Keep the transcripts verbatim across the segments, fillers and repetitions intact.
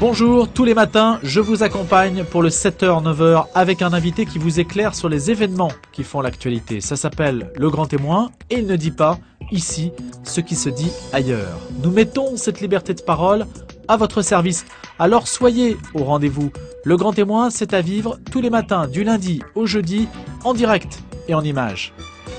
Bonjour, tous les matins, je vous accompagne pour le sept heures neuf heures avec un invité qui vous éclaire sur les événements qui font l'actualité. Ça s'appelle Le Grand Témoin et il ne dit pas, ici, ce qui se dit ailleurs. Nous mettons cette liberté de parole à votre service. Alors soyez au rendez-vous. Le Grand Témoin, c'est à vivre tous les matins, du lundi au jeudi, en direct et en images.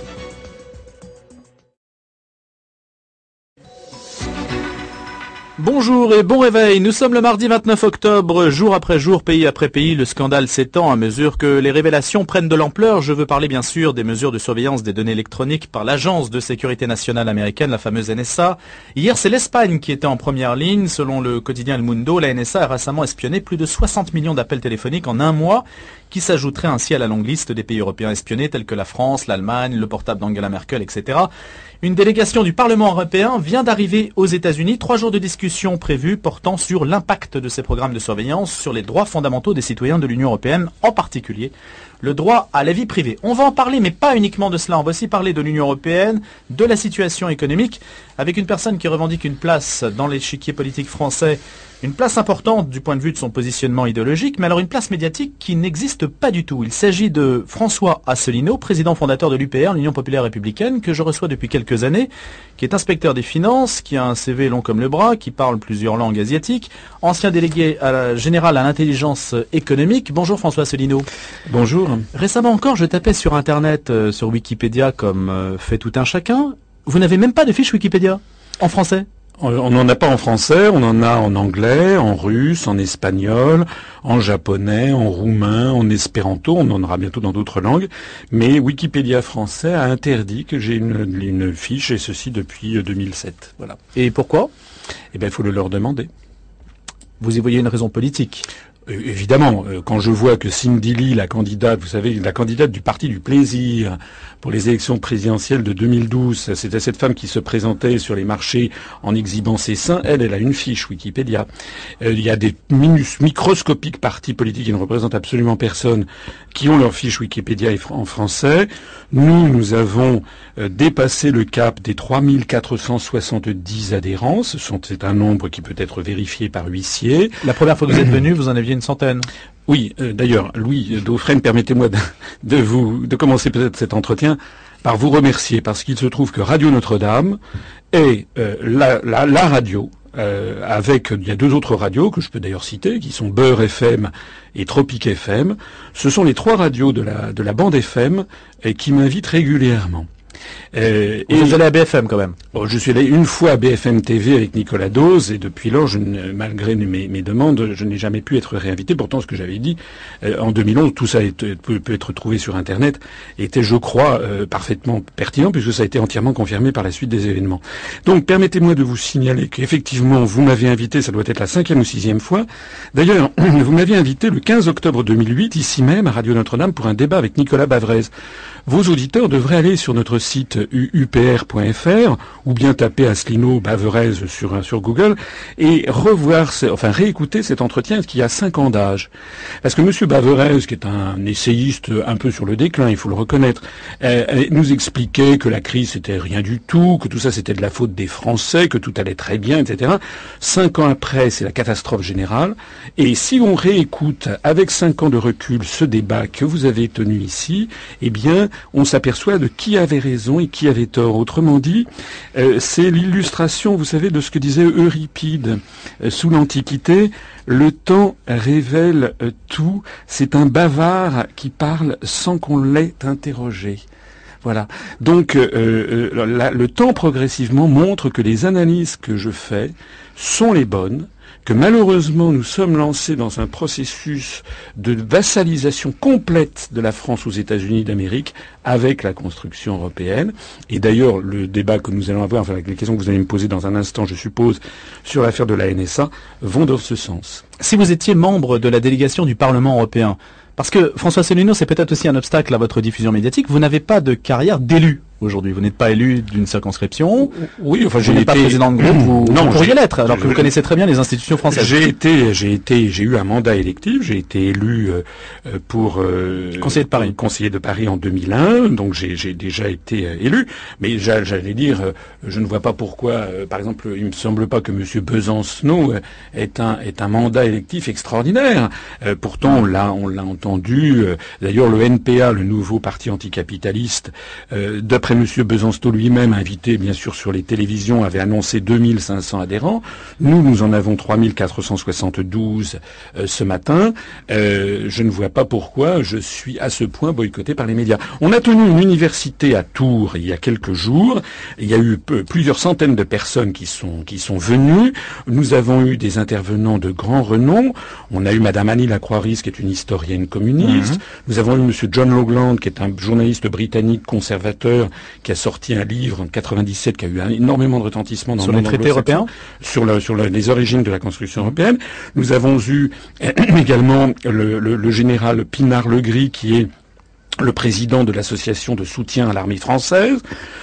Bonjour et bon réveil, nous sommes le mardi vingt-neuf octobre, jour après jour, pays après pays, le scandale s'étend à mesure que les révélations prennent de l'ampleur. Je veux parler bien sûr des mesures de surveillance des données électroniques par l'Agence de sécurité nationale américaine, la fameuse N S A. Hier, c'est l'Espagne qui était en première ligne. Selon le quotidien El Mundo, la N S A a récemment espionné plus de soixante millions d'appels téléphoniques en un mois, qui s'ajouteraient ainsi à la longue liste des pays européens espionnés tels que la France, l'Allemagne, le portable d'Angela Merkel, et cetera. Une délégation du Parlement européen vient d'arriver aux États-Unis. Trois jours de discussion prévus portant sur l'impact de ces programmes de surveillance sur les droits fondamentaux des citoyens de l'Union européenne, en particulier le droit à la vie privée. On va en parler, mais pas uniquement de cela. On va aussi parler de l'Union européenne, de la situation économique, avec une personne qui revendique une place dans l'échiquier politique français, une place importante du point de vue de son positionnement idéologique, mais alors une place médiatique qui n'existe pas du tout. Il s'agit de François Asselineau, président fondateur de l'U P R, l'Union populaire républicaine, que je reçois depuis quelques années, qui est inspecteur des finances, qui a un C V long comme le bras, qui parle plusieurs langues asiatiques, ancien délégué à la, général à l'intelligence économique. Bonjour François Asselineau. Bonjour. Récemment encore, je tapais sur Internet, euh, sur Wikipédia, comme euh, fait tout un chacun. Vous n'avez même pas de fiche Wikipédia en français ? On n'en a pas en français, on en a en anglais, en russe, en espagnol, en japonais, en roumain, en espéranto, on en aura bientôt dans d'autres langues, mais Wikipédia français a interdit que j'ai une, une fiche, et ceci depuis deux mille sept. Voilà. Et pourquoi ? Eh bien, il faut le leur demander. Vous y voyez une raison politique ? Euh, évidemment, euh, quand je vois que Cindy Lee, la candidate, vous savez, la candidate du Parti du Plaisir pour les élections présidentielles de deux mille douze, c'était cette femme qui se présentait sur les marchés en exhibant ses seins. Elle, elle a une fiche Wikipédia. Euh, il y a des minus, microscopiques partis politiques qui ne représentent absolument personne qui ont leur fiche Wikipédia en français. Nous, nous avons euh, dépassé le cap des trois mille quatre cent soixante-dix adhérents. Ce sont, c'est un nombre qui peut être vérifié par huissier. La première fois que vous êtes venu, vous en aviez une centaine. Oui, euh, d'ailleurs, Louis Dauphren, permettez-moi de, de vous de commencer peut-être cet entretien par vous remercier, parce qu'il se trouve que Radio Notre-Dame est euh, la, la, la radio, euh, avec, il y a deux autres radios que je peux d'ailleurs citer, qui sont Beurre F M et Tropique F M. Ce sont les trois radios de la, de la bande F M et qui m'invitent régulièrement. Euh, et vous allez à B F M quand même. Oh, je suis allé une fois à B F M T V avec Nicolas Dose et depuis lors, je ne, malgré mes, mes demandes, je n'ai jamais pu être réinvité. Pourtant, ce que j'avais dit euh, en deux mille onze, tout ça est, peut, peut être trouvé sur Internet, était, je crois, euh, parfaitement pertinent puisque ça a été entièrement confirmé par la suite des événements. Donc, permettez-moi de vous signaler qu'effectivement, vous m'avez invité, ça doit être la cinquième ou sixième fois. D'ailleurs, vous m'aviez invité le quinze octobre deux mille huit, ici même, à Radio Notre-Dame, pour un débat avec Nicolas Bavrez. Vos auditeurs devraient aller sur notre site u p r point f r ou bien taper Asselineau Bavrez sur, sur Google et revoir, enfin réécouter cet entretien qui a cinq ans d'âge. Parce que Monsieur Bavrez, qui est un essayiste un peu sur le déclin, il faut le reconnaître, euh, nous expliquait que la crise c'était rien du tout, que tout ça c'était de la faute des Français, que tout allait très bien, et cetera. Cinq ans après, c'est la catastrophe générale. Et si on réécoute avec cinq ans de recul ce débat que vous avez tenu ici, eh bien, on s'aperçoit de qui avait raison et qui avait tort. Autrement dit, euh, c'est l'illustration, vous savez, de ce que disait Euripide euh, sous l'Antiquité. Le temps révèle euh, tout. C'est un bavard qui parle sans qu'on l'ait interrogé. Voilà. Donc, euh, euh, la, le temps progressivement montre que les analyses que je fais sont les bonnes, que malheureusement nous sommes lancés dans un processus de vassalisation complète de la France aux États-Unis d'Amérique avec la construction européenne. Et d'ailleurs, le débat que nous allons avoir, enfin les questions que vous allez me poser dans un instant, je suppose, sur l'affaire de la N S A, vont dans ce sens. Si vous étiez membre de la délégation du Parlement européen, parce que François Asselineau, c'est peut-être aussi un obstacle à votre diffusion médiatique, vous n'avez pas de carrière d'élu aujourd'hui. Vous n'êtes pas élu d'une circonscription. Oui, enfin, vous j'ai n'êtes été... pas président de groupe. Vous, non, vous pourriez l'être, alors je... que vous connaissez très bien les institutions françaises. J'ai été, j'ai été, j'ai eu un mandat électif. J'ai été élu euh, pour euh, conseiller de Paris. Conseiller de Paris en deux mille un. Donc j'ai, j'ai déjà été euh, élu. Mais j'allais dire, euh, je ne vois pas pourquoi. Euh, par exemple, il me semble pas que Monsieur Besancenot euh, est un est un mandat électif extraordinaire. Euh, pourtant, on l'a on l'a entendu. Euh, d'ailleurs, le N P A, le nouveau parti anticapitaliste, euh, d'après Monsieur Besancenot lui-même, invité bien sûr sur les télévisions, avait annoncé deux mille cinq cents adhérents. Nous, nous en avons trois mille quatre cent soixante-douze euh, ce matin. Euh, je ne vois pas pourquoi je suis à ce point boycotté par les médias. On a tenu une université à Tours il y a quelques jours. Il y a eu peu, plusieurs centaines de personnes qui sont qui sont venues. Nous avons eu des intervenants de grand renom. On a eu Madame Annie Lacroix-Rhys, qui est une historienne communiste. Mmh. Nous avons eu Monsieur John Logland, qui est un journaliste britannique conservateur, qui a sorti un livre en quatre-vingt-dix-sept, qui a eu un, énormément de retentissement dans sur le les traités européens, sur, le, sur le, les origines de la construction européenne. Nous avons eu également le, le, le général Pinard-Legris, qui est le président de l'association de soutien à l'armée française.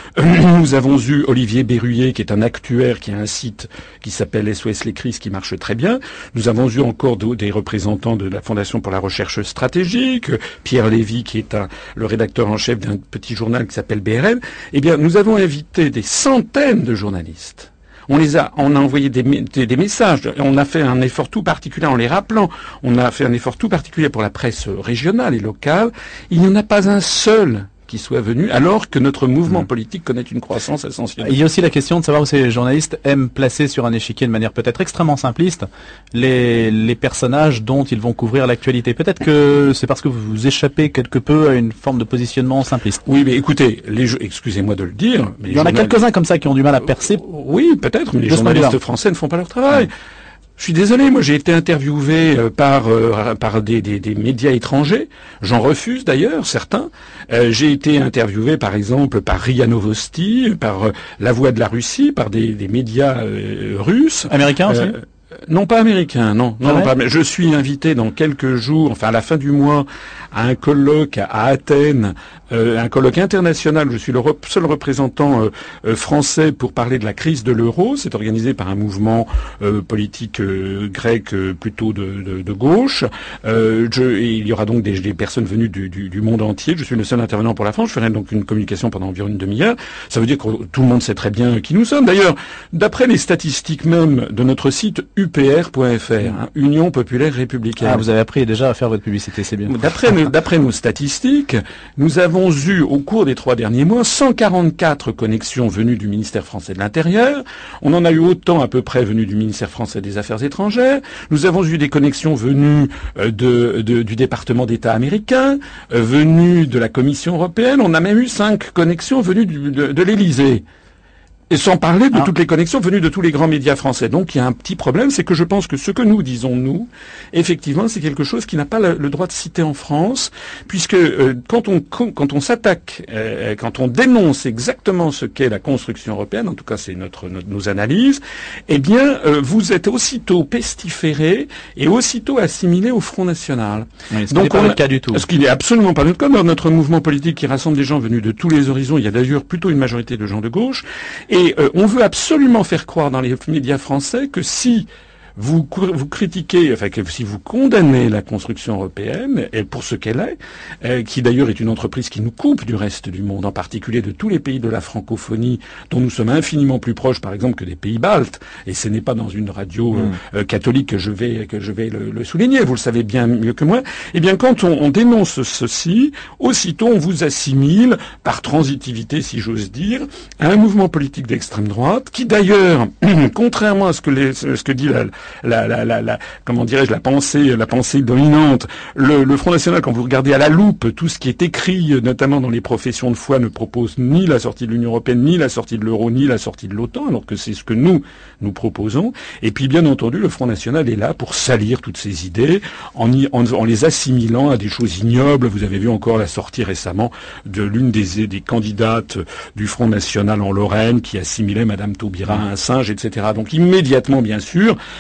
Nous avons eu Olivier Berruyer, qui est un actuaire, qui a un site qui s'appelle S O S Les Crises, qui marche très bien. Nous avons eu encore des représentants de la Fondation pour la recherche stratégique, Pierre Lévy, qui est un, le rédacteur en chef d'un petit journal qui s'appelle B R M. Eh bien, nous avons invité des centaines de journalistes. On les a, on a envoyé des, des, des messages. On a fait un effort tout particulier en les rappelant. On a fait un effort tout particulier pour la presse régionale et locale. Il n'y en a pas un seul qui soit venu, alors que notre mouvement politique connaît une croissance ascensionnelle. Il y a aussi la question de savoir si les journalistes aiment placer sur un échiquier de manière peut-être extrêmement simpliste les, les personnages dont ils vont couvrir l'actualité. Peut-être que c'est parce que vous échappez quelque peu à une forme de positionnement simpliste. Oui, mais écoutez, les excusez-moi de le dire, mais il y en a journalistes... quelques-uns comme ça qui ont du mal à percer. Oui, peut-être, mais les journalistes français ne font pas leur travail. Oui. Je suis désolé, moi j'ai été interviewé euh, par euh, par des, des, des médias étrangers. J'en refuse d'ailleurs certains. Euh, j'ai été interviewé par exemple par R I A Novosti, par euh, La Voix de la Russie, par des, des médias euh, russes. Américains aussi. Euh, Non, pas américain, non. Non, non pas, mais je suis invité dans quelques jours, enfin à la fin du mois, à un colloque à Athènes, euh, un colloque international. Je suis le rep- seul représentant euh, euh, français pour parler de la crise de l'euro. C'est organisé par un mouvement euh, politique euh, grec euh, plutôt de, de, de gauche. Euh, je, et il y aura donc des, des personnes venues du, du, du monde entier. Je suis le seul intervenant pour la France. Je ferai donc une communication pendant environ une demi-heure. Ça veut dire que tout le monde sait très bien qui nous sommes. D'ailleurs, d'après les statistiques même de notre site U P R point F R, hein, Union Populaire Républicaine. Ah, vous avez appris déjà à faire votre publicité, c'est bien. D'après nos, d'après nos statistiques, nous avons eu au cours des trois derniers mois cent quarante-quatre connexions venues du ministère français de l'Intérieur. On en a eu autant à peu près venues du ministère français des Affaires étrangères. Nous avons eu des connexions venues euh, de, de, du département d'État américain, euh, venues de la Commission européenne. On a même eu cinq connexions venues du, de, de l'Élysée. Et sans parler de ah. toutes les connexions venues de tous les grands médias français. Donc il y a un petit problème, c'est que je pense que ce que nous disons, nous, effectivement, c'est quelque chose qui n'a pas le, le droit de citer en France, puisque euh, quand on quand on s'attaque, euh, quand on dénonce exactement ce qu'est la construction européenne, en tout cas c'est notre, notre nos analyses, eh bien euh, vous êtes aussitôt pestiféré et aussitôt assimilé au Front National. Oui, ce Donc n'est pas on, le cas du tout. Ce qui n'est absolument pas notre cas. Dans notre mouvement politique qui rassemble des gens venus de tous les horizons, il y a d'ailleurs plutôt une majorité de gens de gauche. Et Et euh, on veut absolument faire croire dans les médias français que si vous, vous critiquez, enfin que si vous condamnez la construction européenne, et pour ce qu'elle est, euh, qui d'ailleurs est une entreprise qui nous coupe du reste du monde, en particulier de tous les pays de la francophonie, dont nous sommes infiniment plus proches, par exemple, que des pays baltes, et ce n'est pas dans une radio mmh. euh, catholique que je vais que je vais le, le souligner, vous le savez bien mieux que moi. Eh bien, quand on, on dénonce ceci, aussitôt on vous assimile, par transitivité, si j'ose dire, à un mouvement politique d'extrême droite, qui d'ailleurs, contrairement à ce que les, ce que dit la La, la, la, la, comment dirais-je, la pensée, la pensée dominante. Le, le Front National, quand vous regardez à la loupe tout ce qui est écrit, notamment dans les professions de foi, ne propose ni la sortie de l'Union européenne, ni la sortie de l'euro, ni la sortie de l'OTAN, alors que c'est ce que nous, nous proposons. Et puis, bien entendu, le Front National est là pour salir toutes ces idées, en, y, en, en les assimilant à des choses ignobles. Vous avez vu encore la sortie récemment de l'une des, des candidates du Front National en Lorraine, qui assimilait Madame Taubira à un singe, et cetera. Donc, immédiatement, bien sûr,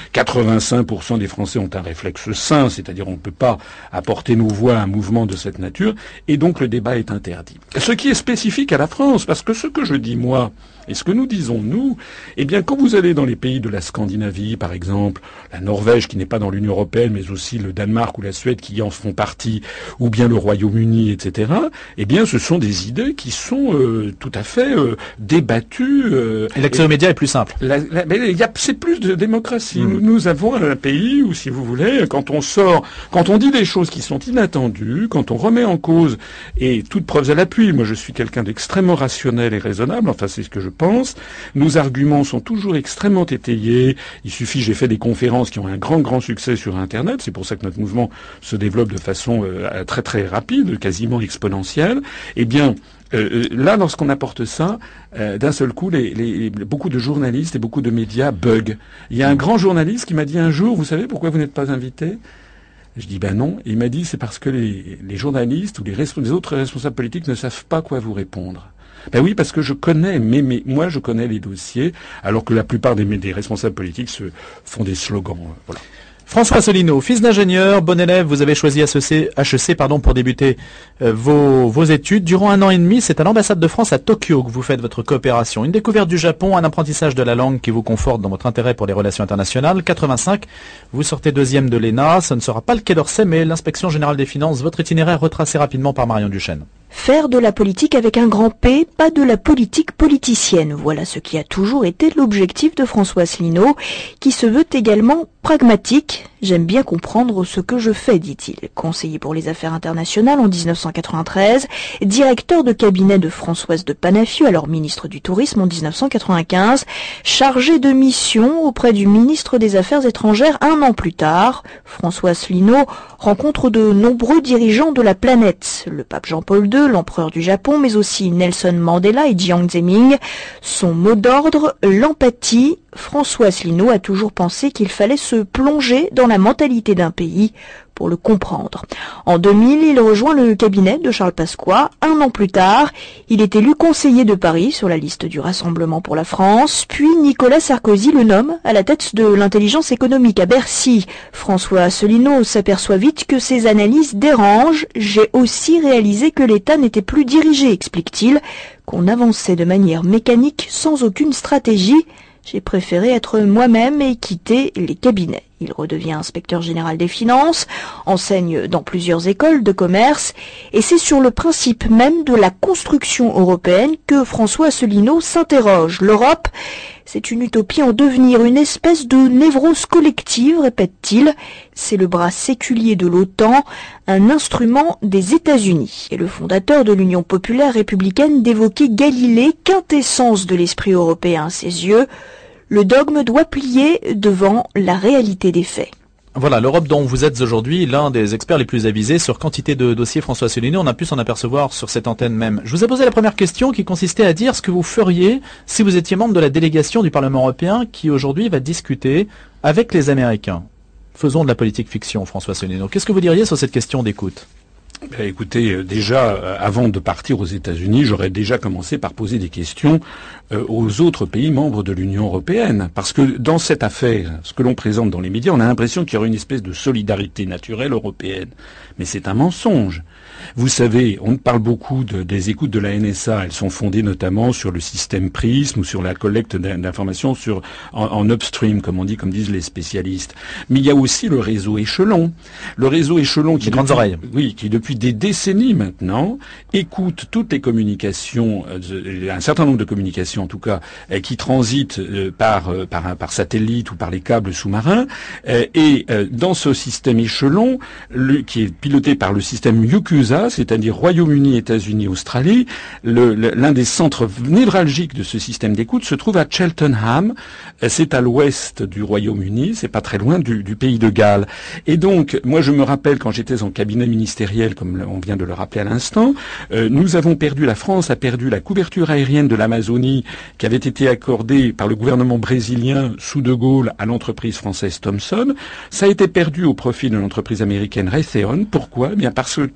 quatre-vingt-cinq pour cent des Français ont un réflexe sain, c'est-à-dire on ne peut pas apporter nos voix à un mouvement de cette nature, et donc le débat est interdit. Ce qui est spécifique à la France, parce que ce que je dis moi, et ce que nous disons nous, eh bien quand vous allez dans les pays de la Scandinavie, par exemple, la Norvège qui n'est pas dans l'Union européenne, mais aussi le Danemark ou la Suède qui en font partie, ou bien le Royaume-Uni, et cetera, eh bien ce sont des idées qui sont euh, tout à fait euh, débattues. Euh, et l'accès aux médias est plus simple. La, la, mais y a, c'est plus de démocratie. Mmh. Nous, nous avons un pays où, si vous voulez, quand on sort, quand on dit des choses qui sont inattendues, quand on remet en cause, et toutes preuves à l'appui, moi je suis quelqu'un d'extrêmement rationnel et raisonnable, enfin c'est ce que je pense, nos arguments sont toujours extrêmement étayés, il suffit, j'ai fait des conférences qui ont un grand grand succès sur Internet, c'est pour ça que notre mouvement se développe de façon euh, très très rapide, quasiment exponentielle, eh bien, Euh, là, lorsqu'on apporte ça, euh, d'un seul coup, les, les, beaucoup de journalistes et beaucoup de médias bug. Il y a un grand journaliste qui m'a dit un jour, vous savez pourquoi vous n'êtes pas invité ? Je dis ben non. Et il m'a dit c'est parce que les, les journalistes ou les, resp- les autres responsables politiques ne savent pas quoi vous répondre. Ben oui, parce que je connais, mais, mais moi je connais les dossiers, alors que la plupart des, des responsables politiques se font des slogans. Euh, voilà. François Asselineau, fils d'ingénieur, bon élève, vous avez choisi H E C pardon, pour débuter euh, vos, vos études. Durant un an et demi, c'est à l'ambassade de France à Tokyo que vous faites votre coopération. Une découverte du Japon, un apprentissage de la langue qui vous conforte dans votre intérêt pour les relations internationales. quatre-vingt-cinq, vous sortez deuxième de l'E N A. Ce ne sera pas le Quai d'Orsay, mais l'Inspection Générale des Finances. Votre itinéraire retracé rapidement par Marion Duchesne. Faire de la politique avec un grand P, pas de la politique politicienne. Voilà ce qui a toujours été l'objectif de François Asselineau, qui se veut également pragmatique. J'aime bien comprendre ce que je fais, dit-il. Conseiller pour les affaires internationales en dix-neuf cent quatre-vingt-treize, directeur de cabinet de Françoise de Panafieux, alors ministre du Tourisme en dix-neuf cent quatre-vingt-quinze, chargé de mission auprès du ministre des Affaires étrangères un an plus tard. François Asselineau rencontre de nombreux dirigeants de la planète, le pape Jean-Paul deux, l'empereur du Japon, mais aussi Nelson Mandela et Jiang Zemin. Son mot d'ordre, l'empathie. François Asselineau a toujours pensé qu'il fallait se plonger dans la mentalité d'un pays pour le comprendre. En deux mille, il rejoint le cabinet de Charles Pasqua. Un an plus tard, il est élu conseiller de Paris sur la liste du Rassemblement pour la France, puis Nicolas Sarkozy le nomme à la tête de l'intelligence économique à Bercy. François Asselineau s'aperçoit vite que ses analyses dérangent. J'ai aussi réalisé que l'État n'était plus dirigé, explique-t-il, qu'on avançait de manière mécanique sans aucune stratégie. J'ai préféré être moi-même et quitter les cabinets. Il redevient inspecteur général des finances, enseigne dans plusieurs écoles de commerce, et c'est sur le principe même de la construction européenne que François Asselineau s'interroge. L'Europe, c'est une utopie en devenir, une espèce de névrose collective, répète-t-il. C'est le bras séculier de l'OTAN, un instrument des États-Unis. Et le fondateur de l'Union populaire républicaine d'évoquer Galilée, quintessence de l'esprit européen à ses yeux. Le dogme doit plier devant la réalité des faits. Voilà, l'Europe dont vous êtes aujourd'hui l'un des experts les plus avisés sur quantité de dossiers François Asselineau, on a pu s'en apercevoir sur cette antenne même. Je vous ai posé la première question qui consistait à dire ce que vous feriez si vous étiez membre de la délégation du Parlement européen qui aujourd'hui va discuter avec les Américains. Faisons de la politique fiction, François Asselineau. Qu'est-ce que vous diriez sur cette question d'écoute ? Ben, écoutez, euh, déjà, euh, avant de partir aux États-Unis, j'aurais déjà commencé par poser des questions euh, aux autres pays membres de l'Union européenne. Parce que dans cette affaire, ce que l'on présente dans les médias, on a l'impression qu'il y aurait une espèce de solidarité naturelle européenne. Mais c'est un mensonge. Vous savez, on parle beaucoup de, des écoutes de la N S A. Elles sont fondées notamment sur le système PRISM ou sur la collecte d'informations sur en, en upstream, comme on dit, comme disent les spécialistes. Mais il y a aussi le réseau échelon. Le réseau échelon qui, les grandes oreilles. Oui, qui depuis des décennies maintenant écoute toutes les communications, euh, un certain nombre de communications en tout cas, euh, qui transitent euh, par, euh, par par satellite ou par les câbles sous-marins. Euh, et euh, dans ce système échelon, le, qui est piloté par le système YUKUSA, c'est-à-dire Royaume-Uni, États-Unis, Australie, le, le, l'un des centres névralgiques de ce système d'écoute se trouve à Cheltenham. C'est à l'ouest du Royaume-Uni, c'est pas très loin du, du pays de Galles. Et donc, moi je me rappelle quand j'étais en cabinet ministériel, comme on vient de le rappeler à l'instant, euh, nous avons perdu, la France a perdu la couverture aérienne de l'Amazonie qui avait été accordée par le gouvernement brésilien sous De Gaulle à l'entreprise française Thomson. Ça a été perdu au profit de l'entreprise américaine Raytheon. Pourquoi ? Eh bien parce que toutes nos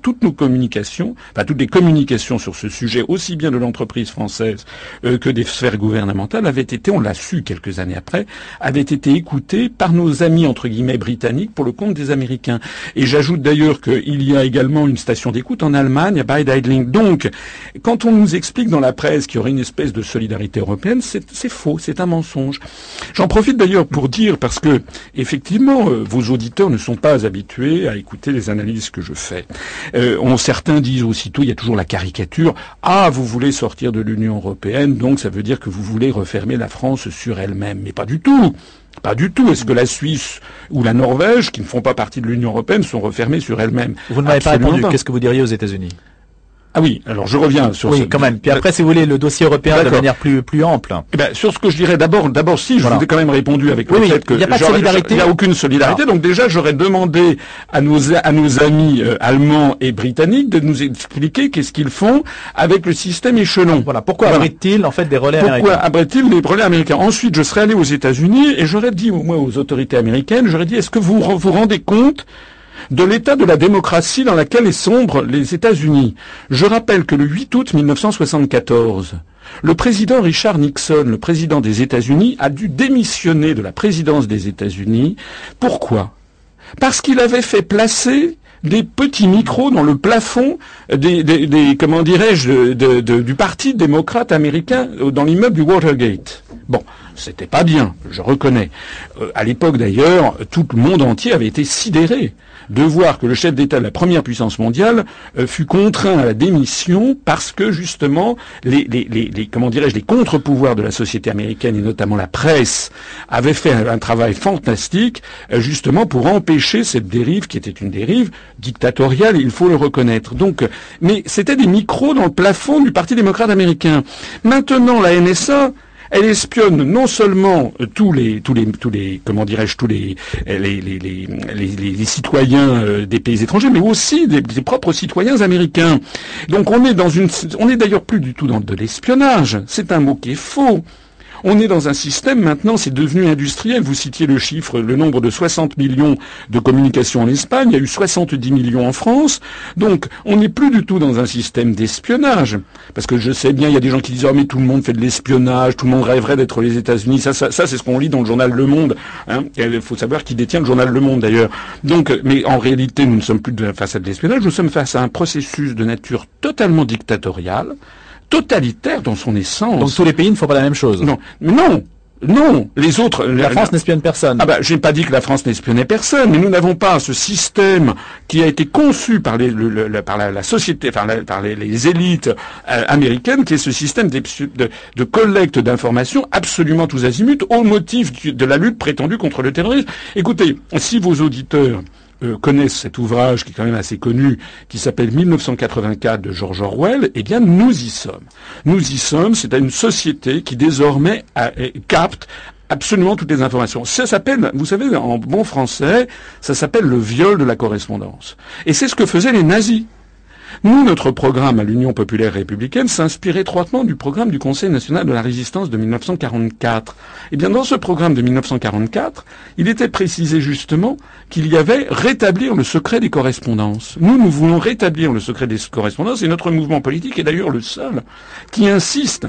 communications, enfin toutes les communications sur ce sujet, aussi bien de l'entreprise française euh, que des sphères gouvernementales, avaient été, on l'a su quelques années après, avaient été écoutées par nos amis entre guillemets britanniques pour le compte des Américains. Et j'ajoute d'ailleurs qu'il y a également une station d'écoute en Allemagne, à Bad Aibling. Donc, quand on nous explique dans la presse qu'il y aurait une espèce de solidarité européenne, c'est, c'est faux, c'est un mensonge. J'en profite d'ailleurs pour dire, parce que effectivement, euh, vos auditeurs ne sont pas habitués à écouter les analyses que je fais. Euh, on, certains disent aussitôt, il y a toujours la caricature, ah, vous voulez sortir de l'Union européenne, donc ça veut dire que vous voulez refermer la France sur elle-même. Mais pas du tout. Pas du tout. Est-ce que la Suisse ou la Norvège, qui ne font pas partie de l'Union européenne, sont refermées sur elles-mêmes? Vous ne m'avez pas Absolument répondu. pas. Qu'est-ce que vous diriez aux États-Unis? Ah oui, alors je reviens sur oui, ce... quand même. Puis après, si vous voulez, le dossier européen D'accord. de manière plus plus ample. Eh ben, sur ce que je dirais d'abord, d'abord si, je Voilà. vous ai quand même répondu avec Oui, le oui, fait que il n'y a pas de j'aurais- solidarité. il n'y a aucune solidarité. Alors. Donc déjà, j'aurais demandé à nos à nos amis euh, allemands et britanniques de nous expliquer qu'est-ce qu'ils font avec le système échelon. Voilà. Pourquoi Voilà. abrite-t-il en fait des relais Pourquoi américains? abrite-t-il les relais américains? Ensuite, je serais allé aux États-Unis et j'aurais dit au moins aux autorités américaines, j'aurais dit, est-ce que vous vous rendez compte de l'état de la démocratie dans laquelle est sombre les États-Unis? Je rappelle que le huit août mille neuf cent soixante-quatorze, le président Richard Nixon, le président des États-Unis, a dû démissionner de la présidence des États-Unis. Pourquoi? Parce qu'il avait fait placer des petits micros dans le plafond des, des, des comment dirais-je, de, de, du Parti démocrate américain dans l'immeuble du Watergate. Bon, c'était pas bien, je reconnais. Euh, à l'époque d'ailleurs, tout le monde entier avait été sidéré de voir que le chef d'État de la première puissance mondiale euh, fut contraint à la démission parce que justement les, les, les, les comment dirais-je, les contre-pouvoirs de la société américaine et notamment la presse avaient fait un, un travail fantastique euh, justement pour empêcher cette dérive qui était une dérive dictatoriale, il faut le reconnaître. Donc, euh, mais c'était des micros dans le plafond du Parti démocrate américain. Maintenant, la N S A, elle espionne non seulement tous les tous les tous les comment dirais-je tous les les les les, les, les, les citoyens des pays étrangers, mais aussi des, des propres citoyens américains. Donc on est dans une on est d'ailleurs plus du tout dans de l'espionnage. C'est un mot qui est faux. On est dans un système maintenant, c'est devenu industriel. Vous citiez le chiffre, le nombre de soixante millions de communications en Espagne, il y a eu soixante-dix millions en France. Donc, on n'est plus du tout dans un système d'espionnage. Parce que je sais bien, il y a des gens qui disent « Oh, mais tout le monde fait de l'espionnage, tout le monde rêverait d'être les États-Unis. » Ça, ça, ça c'est ce qu'on lit dans le journal Le Monde. Hein. Il faut savoir qui détient le journal Le Monde, d'ailleurs. Donc, mais en réalité, nous ne sommes plus face à de l'espionnage, nous sommes face à un processus de nature totalement dictatoriale, totalitaire dans son essence. Donc tous les pays ne font pas la même chose. Non, mais non, non. Les autres. La France n'espionne personne. Ah bah, j'ai pas dit que la France n'espionnait personne, mais nous n'avons pas ce système qui a été conçu par les, le, le, par la, la société, par, la, par les, les élites euh, américaines, qui est ce système de, de collecte d'informations absolument tous azimuts au motif du, de la lutte prétendue contre le terrorisme. Écoutez, si vos auditeurs Euh, connaissent cet ouvrage qui est quand même assez connu, qui s'appelle mille neuf cent quatre-vingt-quatre de George Orwell, eh bien nous y sommes. Nous y sommes, c'est une société qui désormais a, capte absolument toutes les informations. Ça s'appelle, vous savez, en bon français, ça s'appelle le viol de la correspondance. Et c'est ce que faisaient les nazis. Nous, notre programme à l'Union populaire républicaine s'inspire étroitement du programme du Conseil national de la résistance de mille neuf cent quarante-quatre. Eh bien, dans ce programme de mille neuf cent quarante-quatre, il était précisé justement qu'il y avait rétablir le secret des correspondances. Nous, nous voulons rétablir le secret des correspondances et notre mouvement politique est d'ailleurs le seul qui insiste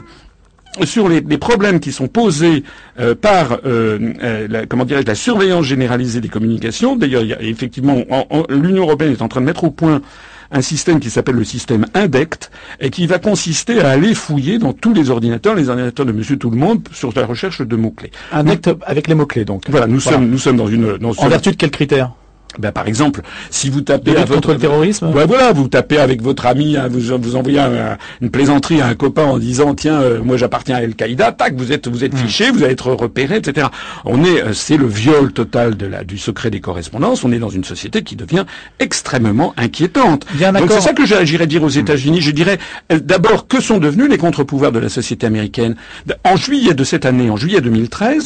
sur les, les problèmes qui sont posés euh, par euh, euh, la, comment dirais-je, la surveillance généralisée des communications. D'ailleurs, il y a, effectivement, en, en, l'Union européenne est en train de mettre au point un système qui s'appelle le système INDECT et qui va consister à aller fouiller dans tous les ordinateurs, les ordinateurs de Monsieur Tout-le-Monde, sur la recherche de mots-clés. INDECT avec les mots-clés, donc. Voilà, nous Voilà. sommes, nous sommes dans une, dans En vertu de quels critères? Ben, par exemple, si vous tapez De à lutte votre... contre le terrorisme. Ouais, voilà, vous tapez avec votre ami, hein, vous, vous envoyez un, une plaisanterie à un copain en disant tiens, euh, moi j'appartiens à Al-Qaïda, tac, vous êtes vous êtes Mmh. fiché, vous allez être repéré, et cetera. On est, euh, c'est le viol total de la du secret des correspondances. On est dans une société qui devient extrêmement inquiétante. Il y a un Donc accord- c'est ça que j'irais dire aux États-Unis. Je dirais euh, d'abord que sont devenus les contre-pouvoirs de la société américaine. En juillet de cette année, en juillet deux mille treize.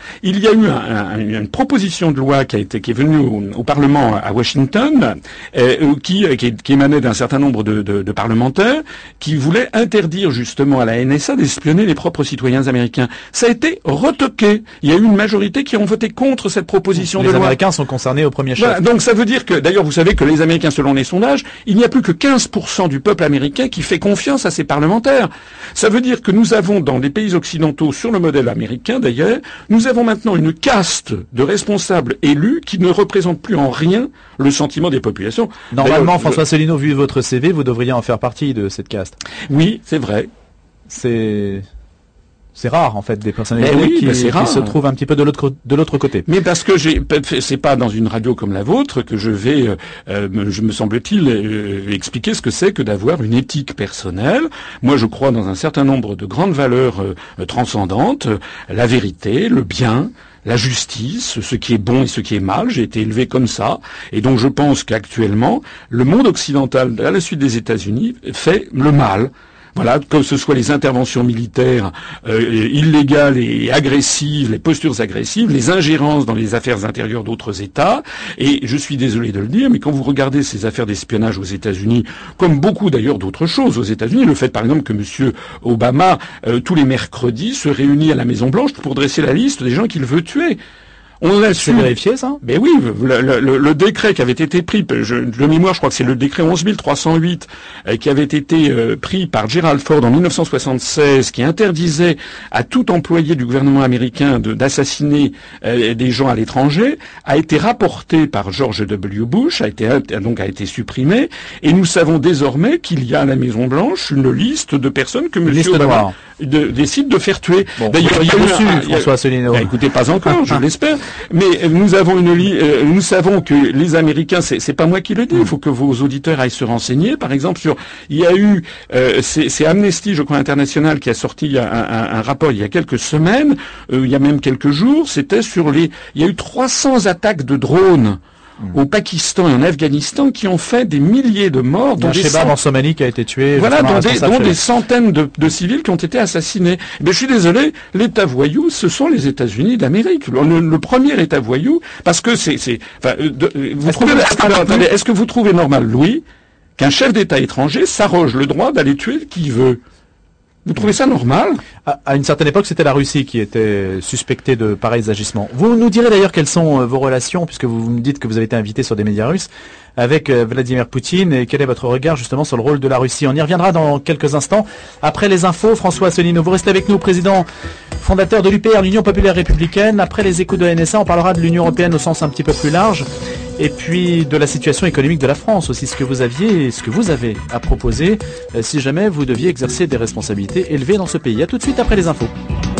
il y a eu un, un, une proposition de loi qui a été qui est venue au, au Parlement à Washington, euh, qui, qui, qui émanait d'un certain nombre de, de, de parlementaires, qui voulait interdire justement à la N S A d'espionner les propres citoyens américains. Ça a été retoqué. Il y a eu une majorité qui ont voté contre cette proposition les de loi. Les Américains sont concernés au premier chef. Voilà, donc ça veut dire que, d'ailleurs, vous savez que les Américains, selon les sondages, il n'y a plus que quinze pour cent du peuple américain qui fait confiance à ses parlementaires. Ça veut dire que nous avons, dans les pays occidentaux, sur le modèle américain d'ailleurs, nous avons maintenant une caste de responsables élus qui ne représentent plus en rien le sentiment des populations. Normalement, François Asselineau, vu votre C V, vous devriez en faire partie de cette caste. Oui, c'est vrai. C'est... C'est rare en fait des personnalités oui, qui, ben c'est rare. qui se trouvent un petit peu de l'autre de l'autre côté. Mais parce que j'ai, c'est pas dans une radio comme la vôtre que je vais, euh, me, je me semble-t-il, euh, expliquer ce que c'est que d'avoir une éthique personnelle. Moi, je crois dans un certain nombre de grandes valeurs euh, transcendantes, la vérité, le bien, la justice, ce qui est bon et ce qui est mal. J'ai été élevé comme ça, et donc je pense qu'actuellement, le monde occidental, à la suite des États-Unis, fait le mal. Voilà, que ce soit les interventions militaires euh, illégales et agressives, les postures agressives, les ingérences dans les affaires intérieures d'autres États. Et je suis désolé de le dire, mais quand vous regardez ces affaires d'espionnage aux États-Unis, comme beaucoup d'ailleurs d'autres choses aux États-Unis, le fait par exemple que M. Obama, euh, tous les mercredis, se réunit à la Maison-Blanche pour dresser la liste des gens qu'il veut tuer. On a su... C'est vérifié, ça? Ben oui, le, le, le décret qui avait été pris, je, de mémoire, je crois que c'est le décret onze mille trois cent huit, euh, qui avait été euh, pris par Gerald Ford en mille neuf cent soixante-seize, qui interdisait à tout employé du gouvernement américain de, d'assassiner euh, des gens à l'étranger, a été rapporté par George W. Bush, a été donc a été supprimé, et nous savons désormais qu'il y a à la Maison Blanche une liste de personnes que M. Obama de, décide de faire tuer. Bon, d'ailleurs, il y a reçu François Asselineau. Ben, écoutez, pas encore, je l'espère. Mais nous avons une li- euh, nous savons que les Américains, c'est, c'est pas moi qui le dis, il faut que vos auditeurs aillent se renseigner. Par exemple, sur, il y a eu, euh, c'est, c'est Amnesty, je crois, International, qui a sorti un, un, un rapport il y a quelques semaines, euh, il y a même quelques jours, c'était sur les, il y a eu trois cents attaques de drones au Pakistan et en Afghanistan qui ont fait des milliers de morts. Il y a un Shebab en Somalie qui a été tué. Voilà, dont des, dont des centaines de, de civils qui ont été assassinés. Mais je suis désolé, l'État voyou, ce sont les États-Unis d'Amérique. Le, le premier État voyou, parce que c'est, c'est, enfin, de, vous est-ce trouvez, que, alors, attendez, est-ce que vous trouvez normal, Louis, qu'un chef d'État étranger s'arroge le droit d'aller tuer qui veut? Vous trouvez ça normal? À, à une certaine époque, c'était la Russie qui était suspectée de pareils agissements. Vous nous direz d'ailleurs quelles sont euh, vos relations, puisque vous me dites que vous avez été invité sur des médias russes, avec euh, Vladimir Poutine, et quel est votre regard justement sur le rôle de la Russie. On y reviendra dans quelques instants. Après les infos, François Asselineau, vous restez avec nous, président fondateur de l'U P R, l'Union Populaire Républicaine. Après les échos de la N S A, on parlera de l'Union Européenne au sens un petit peu plus large. Et puis de la situation économique de la France aussi, ce que vous aviez, ce que vous avez à proposer euh, si jamais vous deviez exercer des responsabilités élevées dans ce pays. À tout de suite après les infos.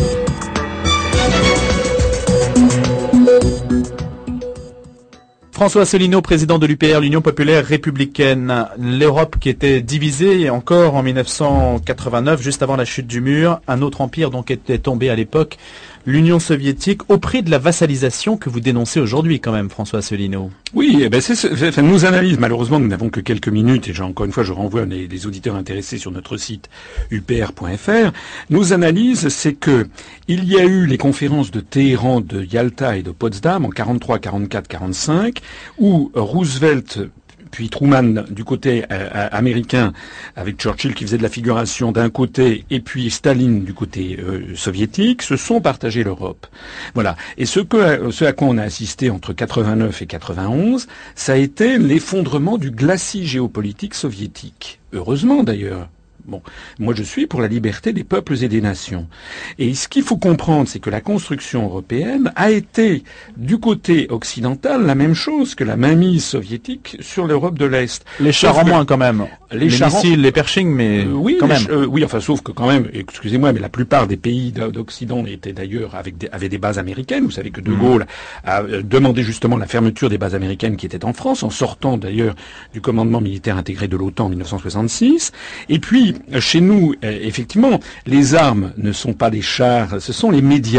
François Asselineau, président de l'U P R, l'Union Populaire Républicaine. L'Europe qui était divisée, et encore en mille neuf cent quatre-vingt-neuf, juste avant la chute du mur, un autre empire donc était tombé à l'époque, l'Union soviétique, au prix de la vassalisation que vous dénoncez aujourd'hui quand même, François Asselineau. Oui, eh ben c'est, c'est, c'est nos analyses. Malheureusement, nous n'avons que quelques minutes, et j'ai, encore une fois, je renvoie les, les auditeurs intéressés sur notre site u p r point f r. Nos analyses, c'est que il y a eu les conférences de Téhéran, de Yalta et de Potsdam en quarante-trois, quarante-quatre, quarante-cinq, où Roosevelt puis Truman du côté euh, américain, avec Churchill qui faisait de la figuration d'un côté, et puis Staline du côté euh, soviétique, se sont partagés l'Europe. Voilà. Et ce, que, ce à quoi on a assisté entre quatre-vingt-neuf et quatre-vingt-onze, ça a été l'effondrement du glacis géopolitique soviétique. Heureusement d'ailleurs. Bon, moi je suis pour la liberté des peuples et des nations. Et ce qu'il faut comprendre, c'est que la construction européenne a été, du côté occidental, la même chose que la mainmise soviétique sur l'Europe de l'Est. Les chars en moins quand même. Les, les missiles, les Pershing, mais euh, oui, quand même. Euh, oui, enfin, sauf que quand même, excusez-moi, mais la plupart des pays d'Occident étaient d'ailleurs avec des, avaient des bases américaines. Vous savez que De Gaulle mmh. a demandé justement la fermeture des bases américaines qui étaient en France, en sortant d'ailleurs du commandement militaire intégré de l'OTAN en mille neuf cent soixante-six. Et puis, chez nous, effectivement, les armes ne sont pas les chars, ce sont les médias.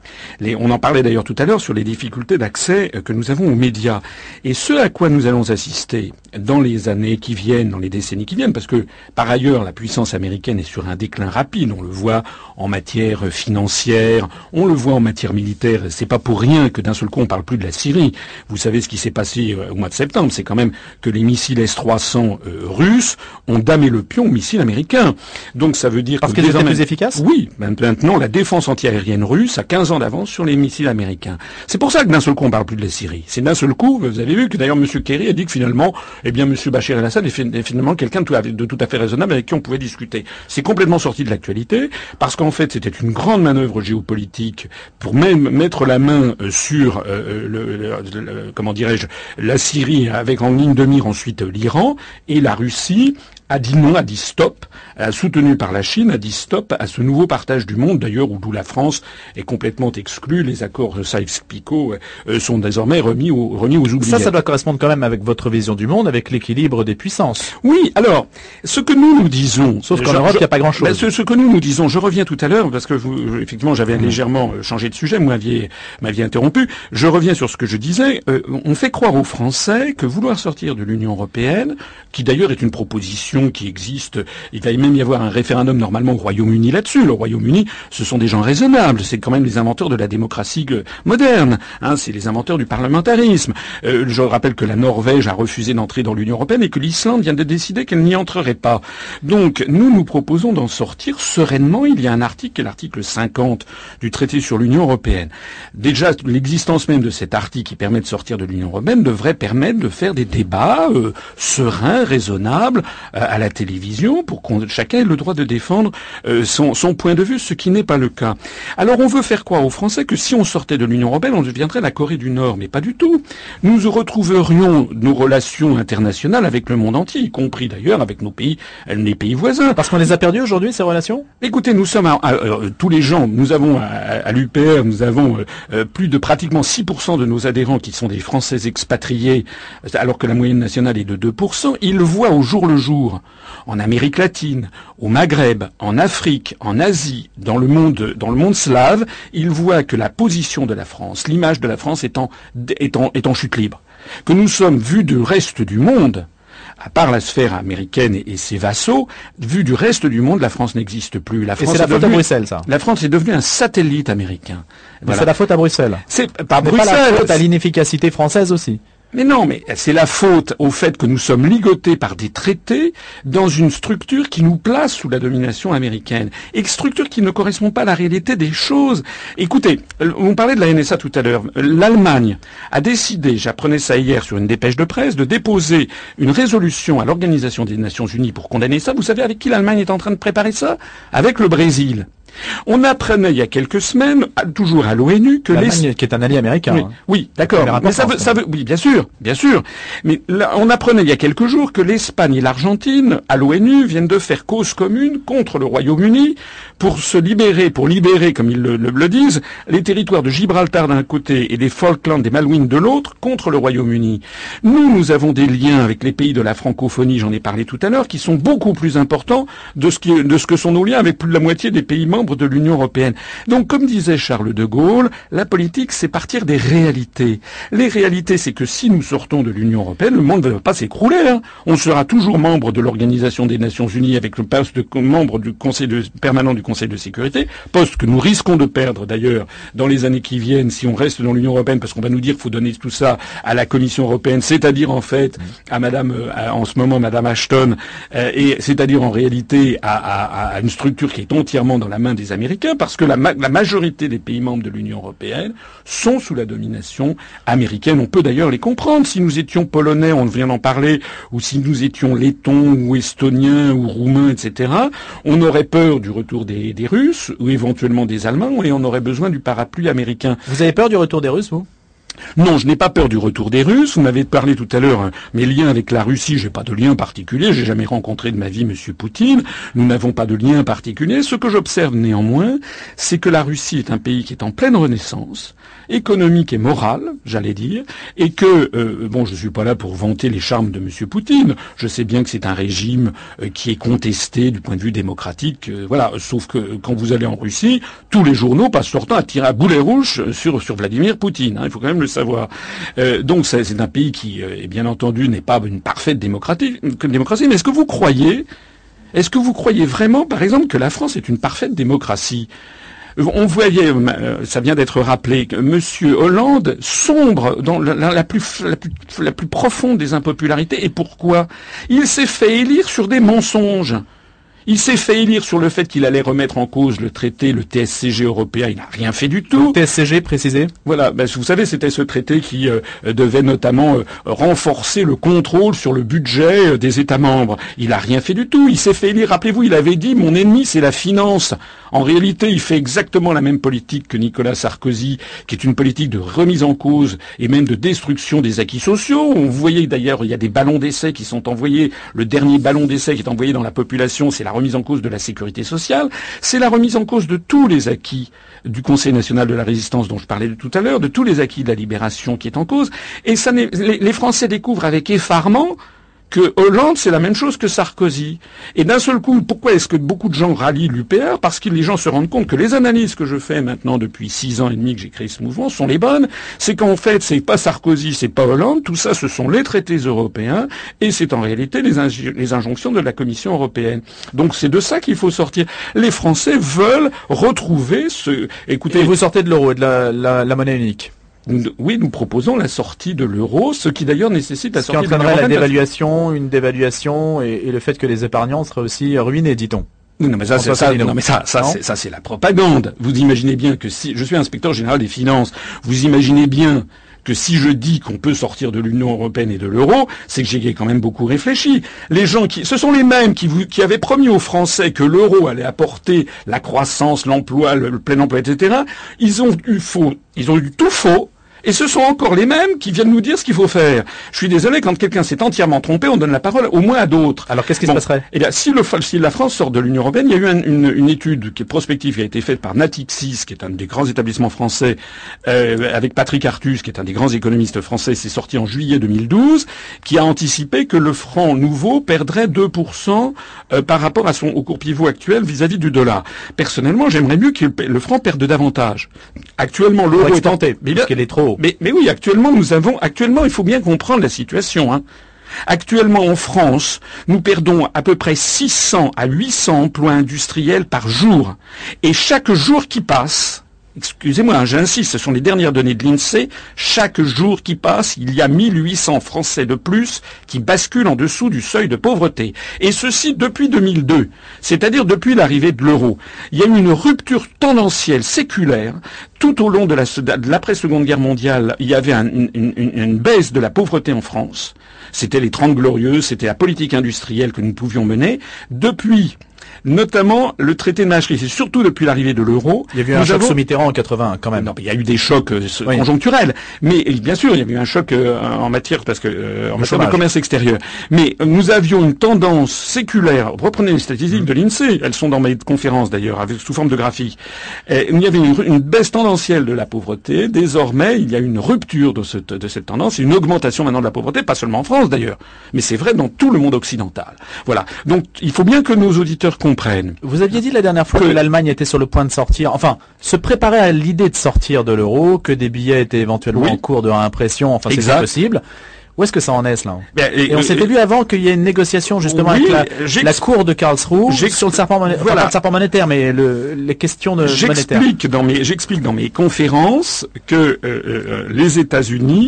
Les, on en parlait d'ailleurs tout à l'heure sur les difficultés d'accès que nous avons aux médias. Et ce à quoi nous allons assister dans les années qui viennent, dans les décennies qui viennent, parce que par ailleurs la puissance américaine est sur un déclin rapide, on le voit en matière financière, on le voit en matière militaire, c'est pas pour rien que d'un seul coup on parle plus de la Syrie. Vous savez ce qui s'est passé au mois de septembre, c'est quand même que les missiles S trois cents euh, russes ont damé le pion aux missiles américains. Donc ça veut dire parce que qu'ils étaient plus efficaces. Oui, maintenant la défense antiaérienne russe a quinze ans d'avance sur les missiles américains. C'est pour ça que d'un seul coup on parle plus de la Syrie. C'est d'un seul coup, vous avez vu que d'ailleurs M. Kerry a dit que finalement, eh bien M. Bachar el-Assad est finalement quelqu'un de tout, de tout à fait raisonnable avec qui on pouvait discuter. C'est complètement sorti de l'actualité parce qu'en fait c'était une grande manœuvre géopolitique pour même mettre la main sur euh, le, le, le, comment dirais-je, la Syrie avec en ligne de mire ensuite l'Iran, et la Russie a dit non, a dit stop, a soutenu par la Chine, a dit stop à ce nouveau partage du monde, d'ailleurs, où d'où la France est complètement exclue. Les accords Sykes-Picot euh, sont désormais remis, au, remis aux oubliettes. Ça, ça doit correspondre quand même avec votre vision du monde, avec l'équilibre des puissances. Oui, alors, ce que nous nous disons... Sauf qu'en Europe, il n'y a pas grand-chose. Ben, ce, ce que nous nous disons, je reviens tout à l'heure, parce que vous, effectivement, j'avais mmh. légèrement changé de sujet, vous m'aviez, m'aviez interrompu. Je reviens sur ce que je disais. Euh, on fait croire aux Français que vouloir sortir de l'Union européenne, qui d'ailleurs est une proposition qui existe, il va même y avoir un référendum normalement au Royaume-Uni là-dessus. Le Royaume-Uni, ce sont des gens raisonnables, c'est quand même les inventeurs de la démocratie moderne, hein, c'est les inventeurs du parlementarisme. Euh, je rappelle que la Norvège a refusé d'entrer dans l'Union européenne et que l'Islande vient de décider qu'elle n'y entrerait pas. Donc nous, nous proposons d'en sortir sereinement. Il y a un article, l'article cinquante du traité sur l'Union européenne. Déjà, l'existence même de cet article qui permet de sortir de l'Union européenne devrait permettre de faire des débats euh, sereins, raisonnables, euh, à la télévision pour qu'on chacun ait le droit de défendre euh, son, son point de vue, ce qui n'est pas le cas. Alors on veut faire croire aux Français que si on sortait de l'Union européenne, on deviendrait la Corée du Nord, mais pas du tout. Nous retrouverions nos relations internationales avec le monde entier, y compris d'ailleurs avec nos pays, les pays voisins. Parce qu'on les a perdus aujourd'hui, ces relations ? Écoutez, nous sommes à, à, à, tous les gens, nous avons à, à l'U P R, nous avons euh, plus de pratiquement six pour cent de nos adhérents qui sont des Français expatriés, alors que la moyenne nationale est de deux pour cent. Ils voient au jour le jour en Amérique latine, au Maghreb, en Afrique, en Asie, dans le monde, dans le monde slave, ils voient que la position de la France, l'image de la France est en, est en, est en chute libre. Que nous sommes vus du reste du monde, à part la sphère américaine et, et ses vassaux, vu du reste du monde, la France n'existe plus. La France et c'est la faute devenue, à Bruxelles, ça. La France est devenue un satellite américain. Mais voilà. C'est la faute à Bruxelles. C'est pas Mais Bruxelles. Pas la faute à l'inefficacité française aussi. Mais non, mais c'est la faute au fait que nous sommes ligotés par des traités dans une structure qui nous place sous la domination américaine. Et structure qui ne correspond pas à la réalité des choses. Écoutez, on parlait de la N S A tout à l'heure. L'Allemagne a décidé, j'apprenais ça hier sur une dépêche de presse, de déposer une résolution à l'Organisation des Nations Unies pour condamner ça. Vous savez avec qui l'Allemagne est en train de préparer ça ? Avec le Brésil. On apprenait il y a quelques semaines, toujours à l'ONU, que l'Allemagne, les... qui est un allié américain. Oui, hein. oui d'accord. Mais ça veut, ça veut, oui, bien sûr, bien sûr. Mais là, on apprenait il y a quelques jours que l'Espagne et l'Argentine, à l'ONU, viennent de faire cause commune contre le Royaume-Uni pour se libérer, pour libérer, comme ils le, le, le disent, les territoires de Gibraltar d'un côté et des Falklands, des Malouines de l'autre, contre le Royaume-Uni. Nous, nous avons des liens avec les pays de la francophonie, j'en ai parlé tout à l'heure, qui sont beaucoup plus importants de ce, qui, de ce que sont nos liens avec plus de la moitié des pays membres de l'Union européenne. Donc, comme disait Charles de Gaulle, la politique, c'est partir des réalités. Les réalités, c'est que si nous sortons de l'Union européenne, le monde ne va pas s'écrouler. Hein. On sera toujours membre de l'Organisation des Nations Unies avec le poste de membre du Conseil de, permanent du Conseil de sécurité, poste que nous risquons de perdre d'ailleurs dans les années qui viennent si on reste dans l'Union européenne, parce qu'on va nous dire qu'il faut donner tout ça à la Commission européenne, c'est-à-dire en fait à Madame, à, en ce moment Madame Ashton, euh, et c'est-à-dire en réalité à, à, à une structure qui est entièrement dans la main des Américains, parce que la, ma- la majorité des pays membres de l'Union européenne sont sous la domination américaine. On peut d'ailleurs les comprendre. Si nous étions polonais, on vient d'en parler, ou si nous étions lettons ou estoniens ou roumains, et cetera, on aurait peur du retour des, des Russes ou éventuellement des Allemands, et on aurait besoin du parapluie américain. Vous avez peur du retour des Russes, vous ? Non, je n'ai pas peur du retour des Russes. Vous m'avez parlé tout à l'heure, hein, mes liens avec la Russie, j'ai pas de lien particulier. J'ai jamais rencontré de ma vie Monsieur Poutine. Nous n'avons pas de lien particulier. Ce que j'observe néanmoins, c'est que la Russie est un pays qui est en pleine renaissance, économique et morale, j'allais dire, et que, euh, bon, je suis pas là pour vanter les charmes de Monsieur Poutine. Je sais bien que c'est un régime euh, qui est contesté du point de vue démocratique, euh, voilà. Sauf que euh, quand vous allez en Russie, tous les journaux passent leur temps à tirer à boulet rouge sur sur Vladimir Poutine. Hein, il faut quand même le savoir. Euh, donc c'est, c'est un pays qui, euh, bien entendu, n'est pas une parfaite démocratie, démocratie. Mais est-ce que vous croyez, est-ce que vous croyez vraiment, par exemple, que la France est une parfaite démocratie? On voyait, ça vient d'être rappelé, que Monsieur Hollande sombre dans la, la, plus, la, plus, la plus profonde des impopularités. Et pourquoi? Il s'est fait élire sur des mensonges. Il s'est fait élire sur le fait qu'il allait remettre en cause le traité, le T S C G européen. Il n'a rien fait du tout. Le T S C G, précisé. Voilà. Ben, vous savez, c'était ce traité qui euh, devait notamment euh, renforcer le contrôle sur le budget euh, des États membres. Il n'a rien fait du tout. Il s'est fait élire. Rappelez-vous, il avait dit, mon ennemi, c'est la finance. En réalité, il fait exactement la même politique que Nicolas Sarkozy, qui est une politique de remise en cause et même de destruction des acquis sociaux. Vous voyez d'ailleurs, il y a des ballons d'essai qui sont envoyés. Le dernier ballon d'essai qui est envoyé dans la population, c'est la remise en cause de la sécurité sociale, c'est la remise en cause de tous les acquis du Conseil national de la résistance dont je parlais tout à l'heure, de tous les acquis de la libération qui est en cause. Et ça n'est, les, les Français découvrent avec effarement que Hollande, c'est la même chose que Sarkozy. Et d'un seul coup, pourquoi est-ce que beaucoup de gens rallient l'U P R? Parce que les gens se rendent compte que les analyses que je fais maintenant depuis six ans et demi que j'ai créé ce mouvement sont les bonnes. C'est qu'en fait, c'est pas Sarkozy, c'est pas Hollande. Tout ça, ce sont les traités européens et c'est en réalité les, inj- les injonctions de la Commission européenne. Donc c'est de ça qu'il faut sortir. Les Français veulent retrouver ce... Écoutez, et vous sortez de l'euro et de la, la, la monnaie unique. Nous, oui, nous proposons la sortie de l'euro, ce qui d'ailleurs nécessite la ce sortie qui entraînerait la dévaluation, une dévaluation et, et le fait que les épargnants seraient aussi ruinés, dit-on. Non mais ça, c'est, ça, non mais ça, ça, c'est, ça c'est la propagande. Vous imaginez bien que si je suis inspecteur général des finances, vous imaginez bien que si je dis qu'on peut sortir de l'Union européenne et de l'euro, c'est que j'ai quand même beaucoup réfléchi. Les gens qui, ce sont les mêmes qui, vous, qui avaient promis aux Français que l'euro allait apporter la croissance, l'emploi, le, le plein emploi, et cetera. Ils ont eu faux, ils ont eu tout faux. Et ce sont encore les mêmes qui viennent nous dire ce qu'il faut faire. Je suis désolé, quand quelqu'un s'est entièrement trompé, on donne la parole au moins à d'autres. Alors qu'est-ce qui bon, se passerait? Eh bien, si, le, si la France sort de l'Union européenne, il y a eu un, une, une étude qui est prospective, qui a été faite par Natixis, qui est un des grands établissements français, euh, avec Patrick Artus, qui est un des grands économistes français. C'est sorti en juillet deux mille douze, qui a anticipé que le franc nouveau perdrait deux pour cent euh, par rapport à son au cours pivot actuel vis-à-vis du dollar. Personnellement, j'aimerais mieux que le franc perde davantage. Actuellement, l'euro est tenté, mais parce qu'elle est trop haut. Mais, mais oui, actuellement, nous avons, actuellement, il faut bien comprendre la situation, hein. Actuellement, en France, nous perdons à peu près six cents à huit cents emplois industriels par jour. Et chaque jour qui passe, excusez-moi, hein, j'insiste, ce sont les dernières données de l'INSEE, chaque jour qui passe, il y a mille huit cents Français de plus qui basculent en dessous du seuil de pauvreté. Et ceci depuis deux mille deux, c'est-à-dire depuis l'arrivée de l'euro. Il y a eu une rupture tendancielle séculaire. Tout au long de, la, de l'après-seconde guerre mondiale, il y avait un, une, une, une baisse de la pauvreté en France. C'était les Trente Glorieuses, c'était la politique industrielle que nous pouvions mener. Depuis... notamment le traité de Maastricht, et surtout depuis l'arrivée de l'euro. Il y a eu un choc avons... sous Mitterrand en quatre-vingt, quand même. Non, il y a eu des chocs euh, oui. conjoncturels, mais bien sûr, il y a eu un choc euh, en matière parce que euh, en matière de commerce extérieur. Mais euh, nous avions une tendance séculaire. Reprenez les statistiques mmh. de l'INSEE, elles sont dans mes conférences d'ailleurs, avec sous forme de graphique. Et il y avait une, une baisse tendancielle de la pauvreté. Désormais, il y a une rupture de cette, de cette tendance, une augmentation maintenant de la pauvreté, pas seulement en France d'ailleurs, mais c'est vrai dans tout le monde occidental. Voilà. Donc, il faut bien que nos auditeurs comprennent. Vous aviez dit la dernière fois que, que l'Allemagne était sur le point de sortir, enfin, se préparer à l'idée de sortir de l'euro, que des billets étaient éventuellement oui. en cours de réimpression, enfin c'est possible. Où est-ce que ça en est, cela? Ben, et, et on s'était vu avant qu'il y ait une négociation justement oui, avec la, la cour de Karlsruhe sur le serpent monétaire, voilà. enfin, pas le serpent monétaire, mais le, les questions de j'explique monétaires. Dans mes, j'explique dans mes conférences que euh, euh, les États-Unis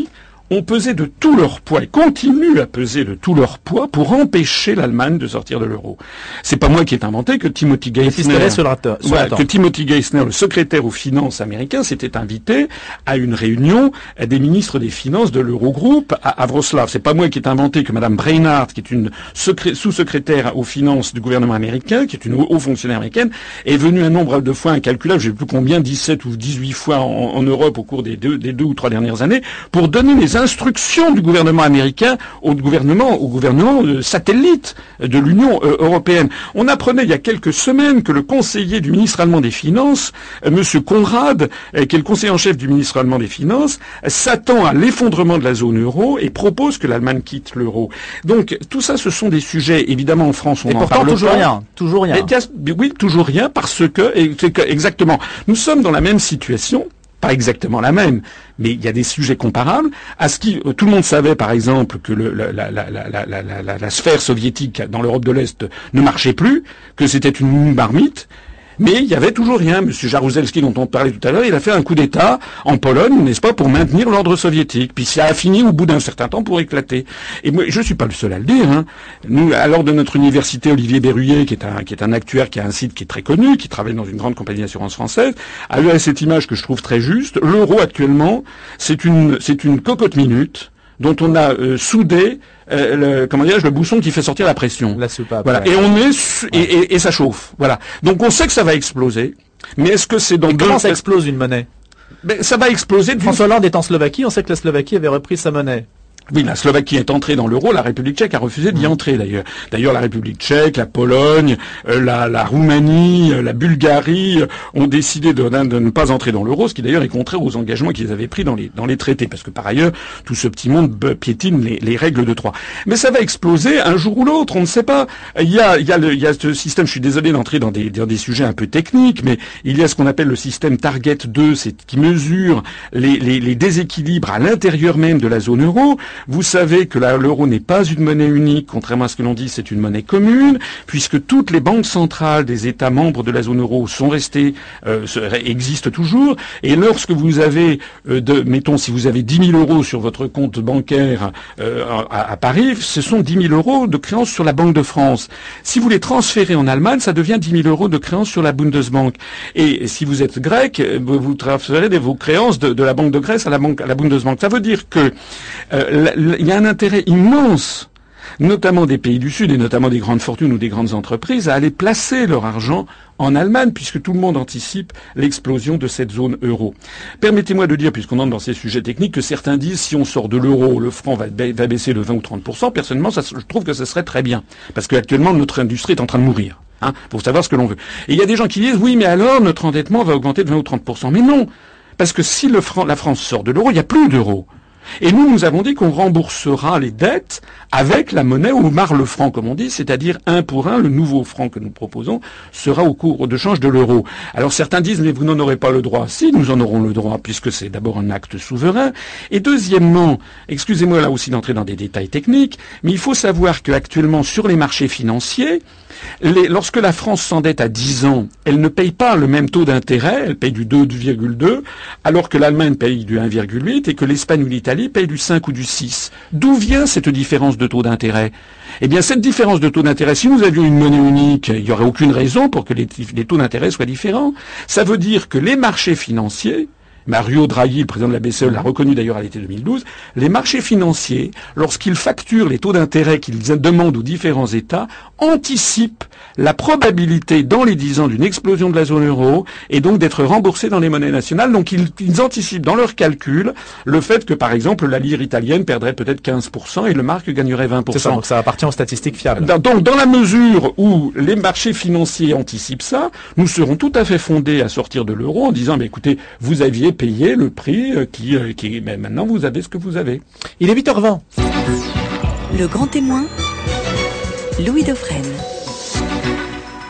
ont pesé de tout leur poids et continuent à peser de tout leur poids pour empêcher l'Allemagne de sortir de l'euro. C'est pas moi qui ai inventé que Timothy Geithner, sur la sur voilà, que Timothy Geithner, le secrétaire aux finances américain, s'était invité à une réunion des ministres des finances de l'Eurogroupe à, à Wrocław. C'est pas moi qui ai inventé que Madame Brainard, qui est une secré- sous-secrétaire aux finances du gouvernement américain, qui est une haut fonctionnaire américaine, est venue un nombre de fois incalculable, je ne sais plus combien, dix-sept ou dix-huit fois en, en Europe au cours des deux, des deux ou trois dernières années, pour donner les instructions du gouvernement américain au gouvernement, au gouvernement euh, satellite de l'Union euh, européenne. On apprenait il y a quelques semaines que le conseiller du ministre allemand des Finances, euh, Monsieur Konrad, euh, qui est le conseiller en chef du ministre allemand des Finances, euh, s'attend à l'effondrement de la zone euro et propose que l'Allemagne quitte l'euro. Donc tout ça, ce sont des sujets, évidemment en France, on et en pourtant parle toujours pas. rien, toujours rien. Et, oui, toujours rien, parce que, et, c'est que exactement, nous sommes dans la même situation. Pas exactement la même, mais il y a des sujets comparables. À ce qui, tout le monde savait, par exemple, que le, la, la, la, la, la, la, la, la sphère soviétique dans l'Europe de l'Est ne marchait plus, que c'était une marmite. Mais il y avait toujours rien. Monsieur Jaruzelski, dont on parlait tout à l'heure, il a fait un coup d'État en Pologne, n'est-ce pas, pour maintenir l'ordre soviétique. Puis ça a fini au bout d'un certain temps pour éclater. Et moi, je suis pas le seul à le dire. Hein. Nous, alors de notre université, Olivier Berruyer, qui est un qui est un actuaire, qui a un site qui est très connu, qui travaille dans une grande compagnie d'assurance française, a eu cette image que je trouve très juste. L'euro actuellement, c'est une c'est une cocotte minute dont on a euh, soudé euh, le, comment dirais-je, le bouchon qui fait sortir la pression. La soupape. Voilà. Ouais. Et on est su- et, et, et ça chauffe. Voilà. Donc on sait que ça va exploser. Mais est-ce que c'est dans Et deux... comment ça explose une monnaie? Ben, ça va exploser. d'une- François Hollande est en Slovaquie, on sait que la Slovaquie avait repris sa monnaie. Oui, la Slovaquie est entrée dans l'euro, la République tchèque a refusé d'y entrer d'ailleurs. D'ailleurs, la République tchèque, la Pologne, euh, la, la Roumanie, euh, la Bulgarie euh, ont décidé de, de ne pas entrer dans l'euro, ce qui d'ailleurs est contraire aux engagements qu'ils avaient pris dans les, dans les traités, parce que par ailleurs, tout ce petit monde piétine les, les règles de Troie. Mais ça va exploser un jour ou l'autre, on ne sait pas. Il y a, il y a, le, il y a ce système, je suis désolé d'entrer dans des, dans des sujets un peu techniques, mais il y a ce qu'on appelle le système Target deux, c'est qui mesure les, les, les déséquilibres à l'intérieur même de la zone euro. Vous savez que la, l'euro n'est pas une monnaie unique, contrairement à ce que l'on dit, c'est une monnaie commune, puisque toutes les banques centrales des États membres de la zone euro sont restées, euh, existent toujours. Et lorsque vous avez, euh, de, mettons, si vous avez dix mille euros sur votre compte bancaire euh, à, à Paris, ce sont dix mille euros de créances sur la Banque de France. Si vous les transférez en Allemagne, ça devient dix mille euros de créances sur la Bundesbank. Et si vous êtes grec, vous transférez vos créances de, de la Banque de Grèce à la, banque, à la Bundesbank. Ça veut dire que euh, il y a un intérêt immense, notamment des pays du Sud et notamment des grandes fortunes ou des grandes entreprises, à aller placer leur argent en Allemagne, puisque tout le monde anticipe l'explosion de cette zone euro. Permettez-moi de dire, puisqu'on entre dans ces sujets techniques, que certains disent si on sort de l'euro, le franc va, va baisser de vingt ou trente pour cent. Personnellement, ça, je trouve que ce serait très bien, parce qu'actuellement, notre industrie est en train de mourir. Hein, pour savoir ce que l'on veut. Et il y a des gens qui disent oui, mais alors notre endettement va augmenter de vingt ou trente pour cent. Mais non, parce que si le franc, la France sort de l'euro, il n'y a plus d'euro. Et nous, nous avons dit qu'on remboursera les dettes avec la monnaie au marc le franc, comme on dit, c'est-à-dire un pour un, le nouveau franc que nous proposons sera au cours de change de l'euro. Alors certains disent, mais vous n'en aurez pas le droit. Si, nous en aurons le droit, puisque c'est d'abord un acte souverain. Et deuxièmement, excusez-moi là aussi d'entrer dans des détails techniques, mais il faut savoir qu'actuellement, sur les marchés financiers, les, lorsque la France s'endette à dix ans, elle ne paye pas le même taux d'intérêt, elle paye du deux virgule deux, alors que l'Allemagne paye du un virgule huit et que l'Espagne ou l'Italie paye du cinq ou du six. D'où vient cette différence de taux d'intérêt? Eh bien, cette différence de taux d'intérêt, si nous avions une monnaie unique, il n'y aurait aucune raison pour que les, les taux d'intérêt soient différents. Ça veut dire que les marchés financiers, Mario Draghi, le président de la B C E, l'a reconnu d'ailleurs à l'été deux mille douze, les marchés financiers, lorsqu'ils facturent les taux d'intérêt qu'ils demandent aux différents États, anticipent la probabilité dans les dix ans d'une explosion de la zone euro et donc d'être remboursés dans les monnaies nationales. Donc ils, ils anticipent dans leurs calculs le fait que, par exemple, la lire italienne perdrait peut-être quinze pour cent et le marque gagnerait vingt pour cent. C'est ça, donc ça appartient aux statistiques fiables. Donc dans la mesure où les marchés financiers anticipent ça, nous serons tout à fait fondés à sortir de l'euro en disant, mais écoutez, vous aviez payé le prix qui, qui mais maintenant vous avez ce que vous avez. Il est huit heures vingt. Le grand témoin, Louis Dauphren.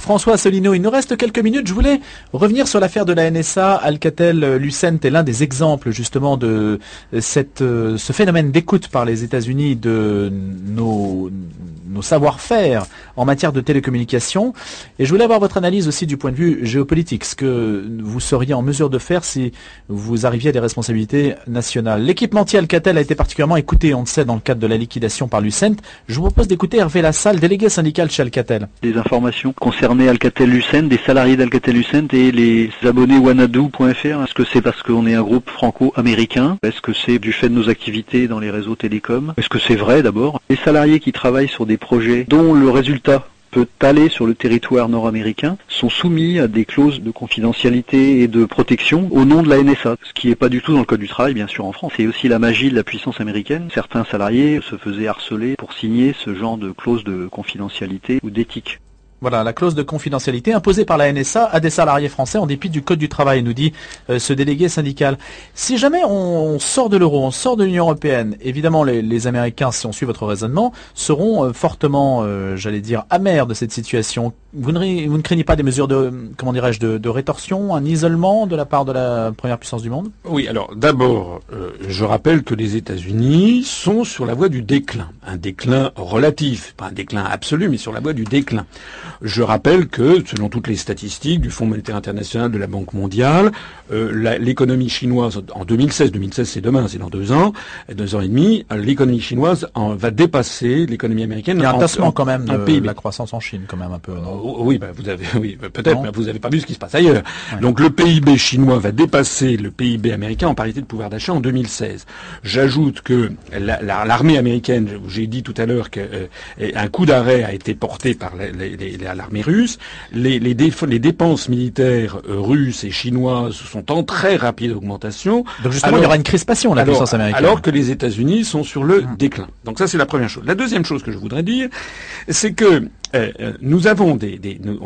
François Asselineau, il nous reste quelques minutes. Je voulais revenir sur l'affaire de la N S A. Alcatel-Lucent est l'un des exemples justement de cette, ce phénomène d'écoute par les États-Unis de nos, nos savoir-faire en matière de télécommunications. Et je voulais avoir votre analyse aussi du point de vue géopolitique, ce que vous seriez en mesure de faire si vous arriviez à des responsabilités nationales. L'équipementier Alcatel a été particulièrement écouté, on le sait, dans le cadre de la liquidation par Lucent. Je vous propose d'écouter Hervé Lassalle, délégué syndical chez Alcatel. Des informations concernées Alcatel-Lucent, des salariés d'Alcatel-Lucent et les abonnés wanadoo point f r. Est-ce que c'est parce qu'on est un groupe franco-américain? Est-ce que c'est du fait de nos activités dans les réseaux télécoms? Est-ce que c'est vrai d'abord? Les salariés qui travaillent sur des projets dont le résultat peut aller sur le territoire nord-américain sont soumis à des clauses de confidentialité et de protection au nom de la N S A, ce qui n'est pas du tout dans le code du travail, bien sûr, en France. C'est aussi la magie de la puissance américaine. Certains salariés se faisaient harceler pour signer ce genre de clause de confidentialité ou d'éthique. Voilà, la clause de confidentialité imposée par la N S A à des salariés français en dépit du Code du travail, nous dit euh, ce délégué syndical. Si jamais on, on sort de l'euro, on sort de l'Union européenne, évidemment les, les Américains, si on suit votre raisonnement, seront euh, fortement, euh, j'allais dire, amers de cette situation. Vous ne, vous ne craignez pas des mesures de, comment dirais-je, de, de rétorsion, un isolement de la part de la première puissance du monde? Oui, alors d'abord, euh, je rappelle que les États-Unis sont sur la voie du déclin. Un déclin relatif, pas un déclin absolu, mais sur la voie du déclin. Je rappelle que, selon toutes les statistiques du Fonds monétaire international, de la Banque mondiale, euh, la, l'économie chinoise, en deux mille seize, deux mille seize c'est demain, c'est dans deux ans, deux ans et demi, l'économie chinoise en, va dépasser l'économie américaine. Il y a un en, tassement en, quand même en de, P I B. de la croissance en Chine, quand même un peu. Non oh, oui, bah, vous avez, oui, bah, peut-être, mais vous n'avez pas vu ce qui se passe ailleurs. Ouais. Donc le P I B chinois va dépasser le P I B américain en parité de pouvoir d'achat en deux mille seize. J'ajoute que la, la, l'armée américaine, j'ai dit tout à l'heure qu'un euh, coup d'arrêt a été porté par les, les, les, l'armée russe. Les, les, déf- les dépenses militaires euh, russes et chinoises sont en très rapide augmentation. Donc justement, alors, il y aura une crispation de la alors, puissance américaine. Alors que les États-Unis sont sur le mmh. déclin. Donc ça, c'est la première chose. La deuxième chose que je voudrais dire, c'est que euh, nous avons des... des nous,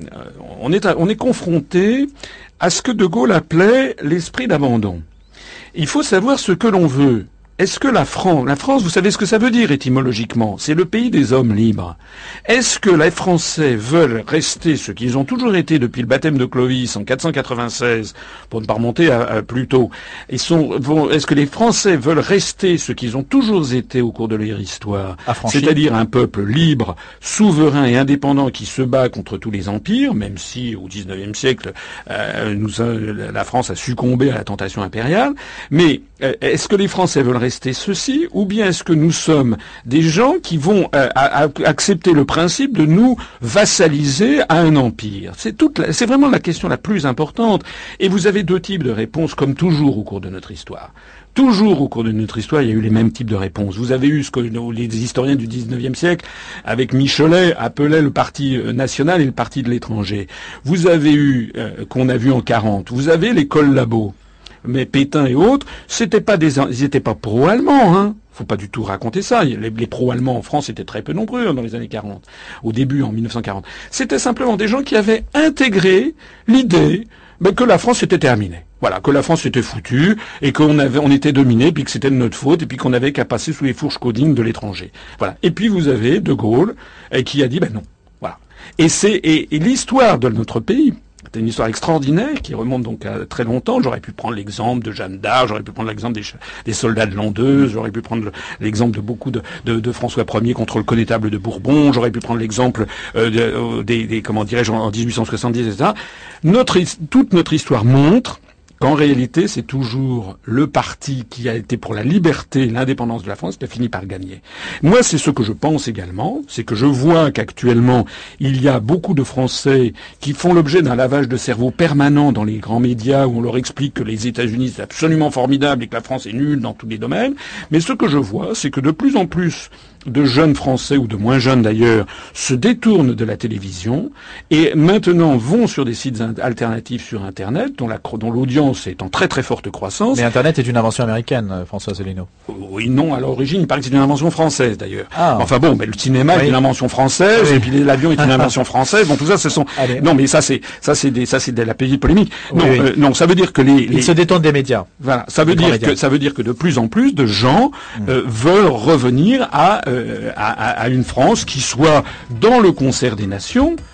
on, est, on est confronté à ce que De Gaulle appelait l'esprit d'abandon. Il faut savoir ce que l'on veut. Est-ce que la France, la France, vous savez ce que ça veut dire étymologiquement? C'est le pays des hommes libres. Est-ce que les Français veulent rester ce qu'ils ont toujours été depuis le baptême de Clovis en quatre cent quatre-vingt-seize, pour ne pas remonter à, à plus tôt? Ils sont, vont, est-ce que les Français veulent rester ce qu'ils ont toujours été au cours de leur histoire? Affranchi. C'est-à-dire un peuple libre, souverain et indépendant qui se bat contre tous les empires, même si au dix-neuvième siècle, euh, nous, euh, la France a succombé à la tentation impériale. Mais euh, est-ce que les Français veulent rester ceci, ou bien est-ce que nous sommes des gens qui vont euh, à, à accepter le principe de nous vassaliser à un empire? C'est toute, la, c'est vraiment la question la plus importante. Et vous avez deux types de réponses, comme toujours au cours de notre histoire. Toujours au cours de notre histoire, il y a eu les mêmes types de réponses. Vous avez eu ce que les historiens du dix-neuvième siècle, avec Michelet, appelaient le parti national et le parti de l'étranger. Vous avez eu, euh, qu'on a vu en quarante, vous avez les collabos. Mais Pétain et autres, c'était pas des, ils étaient pas pro-allemands, hein. Faut pas du tout raconter ça. Les, les pro-allemands en France étaient très peu nombreux hein, dans les années quarante. Au début, en mille neuf cent quarante. C'était simplement des gens qui avaient intégré l'idée ben, que la France était terminée. Voilà, que la France était foutue, et qu'on avait, on était dominé, puis que c'était de notre faute, et puis qu'on avait qu'à passer sous les fourches caudines de l'étranger. Voilà. Et puis vous avez De Gaulle, et qui a dit, ben non. Voilà. Et c'est, et, et l'histoire de notre pays, c'est une histoire extraordinaire qui remonte donc à très longtemps. J'aurais pu prendre l'exemple de Jeanne d'Arc, j'aurais pu prendre l'exemple des, des soldats de l'an deux, j'aurais pu prendre l'exemple de beaucoup de, de, de François Ier contre le connétable de Bourbon, j'aurais pu prendre l'exemple euh, de, euh, des, des, comment dirais-je, en dix-huit cent soixante-dix, et cetera. Notre, toute notre histoire montre qu'en réalité, c'est toujours le parti qui a été pour la liberté et l'indépendance de la France qui a fini par gagner. Moi, c'est ce que je pense également, c'est que je vois qu'actuellement, il y a beaucoup de Français qui font l'objet d'un lavage de cerveau permanent dans les grands médias où on leur explique que les États-Unis, c'est absolument formidable et que la France est nulle dans tous les domaines. Mais ce que je vois, c'est que de plus en plus de jeunes Français, ou de moins jeunes d'ailleurs, se détournent de la télévision et maintenant vont sur des sites alternatifs sur Internet, dont, la, dont l'audience est en très très forte croissance. Mais Internet est une invention américaine, François Asselineau. Oui, non, à l'origine, il paraît que c'est une invention française d'ailleurs. Ah. Enfin bon, mais le cinéma oui. est une invention française, oui. et puis l'avion est une invention française. Bon, tout ça, ce sont. Allez. Non, mais ça, c'est ça, c'est des, ça, c'est de la petite polémique. Oui, non, oui. Euh, non, ça veut dire que les, les... ils se détournent des médias. Voilà, ça veut dire médias. que ça veut dire que de plus en plus de gens mmh. euh, veulent revenir à, euh, à à une France qui soit dans le concert des nations.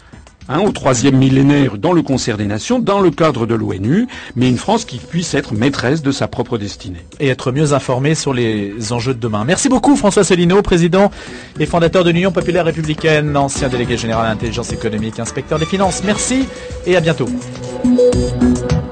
hein, au troisième millénaire dans le concert des nations, dans le cadre de l'ONU, mais une France qui puisse être maîtresse de sa propre destinée. Et être mieux informée sur les enjeux de demain. Merci beaucoup François Asselineau, président et fondateur de l'Union populaire républicaine, ancien délégué général à l'intelligence économique, inspecteur des finances. Merci et à bientôt.